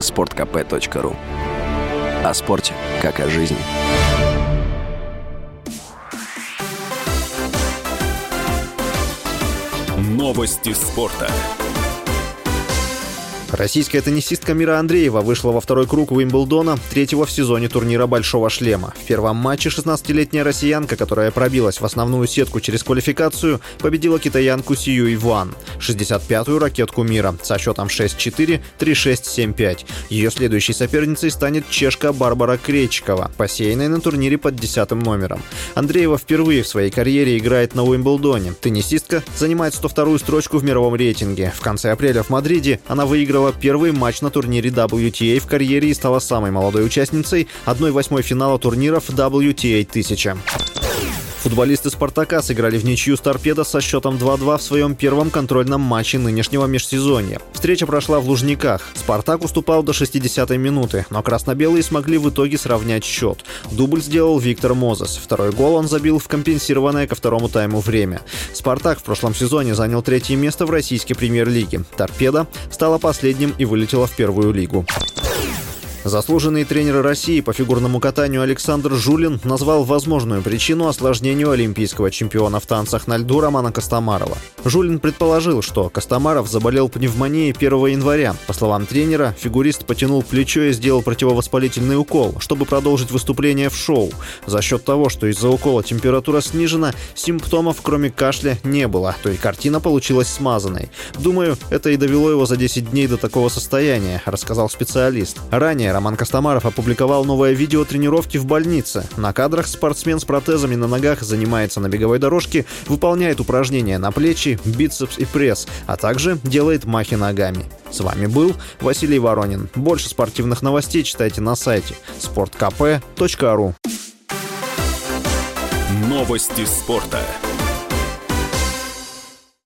sportkp.ru. О спорте, как о жизни. Новости спорта. Российская теннисистка Мира Андреева вышла во второй круг Уимблдона, третьего в сезоне турнира «Большого шлема». В первом матче 16-летняя россиянка, которая пробилась в основную сетку через квалификацию, победила китаянку Сью Иван, 65-ю ракетку мира, со счетом 6-4, 3-6, 7-5. Ее следующей соперницей станет чешка Барбара Кречкова, посеянная на турнире под 10-м номером. Андреева впервые в своей карьере играет на Уимблдоне. Теннисистка занимает 102-ю строчку в мировом рейтинге. В конце апреля в Мадриде она выиграла первый матч на турнире WTA в карьере и стала самой молодой участницей 1/8 финала турниров WTA 1000. Футболисты «Спартака» сыграли в ничью с «Торпедо» со счетом 2-2 в своем первом контрольном матче нынешнего межсезонья. Встреча прошла в Лужниках. «Спартак» уступал до 60-й минуты, но красно-белые смогли в итоге сравнять счет. Дубль сделал Виктор Мозес. Второй гол он забил в компенсированное ко второму тайму время. «Спартак» в прошлом сезоне занял 3-е место в российской премьер-лиге. «Торпедо» стала последним и вылетела в первую лигу. Заслуженный тренер России по фигурному катанию Александр Жулин назвал возможную причину осложнению олимпийского чемпиона в танцах на льду Романа Костомарова. Жулин предположил, что Костомаров заболел пневмонией 1 января. По словам тренера, фигурист потянул плечо и сделал противовоспалительный укол, чтобы продолжить выступление в шоу. За счет того, что из-за укола температура снижена, симптомов кроме кашля не было, то и картина получилась смазанной. «Думаю, это и довело его за 10 дней до такого состояния», — рассказал специалист. Ранее Роман Костомаров опубликовал новое видео тренировки в больнице. На кадрах спортсмен с протезами на ногах занимается на беговой дорожке, выполняет упражнения на плечи, бицепс и пресс, а также делает махи ногами. С вами был Василий Воронин. Больше спортивных новостей читайте на сайте sportkp.ru. Новости спорта.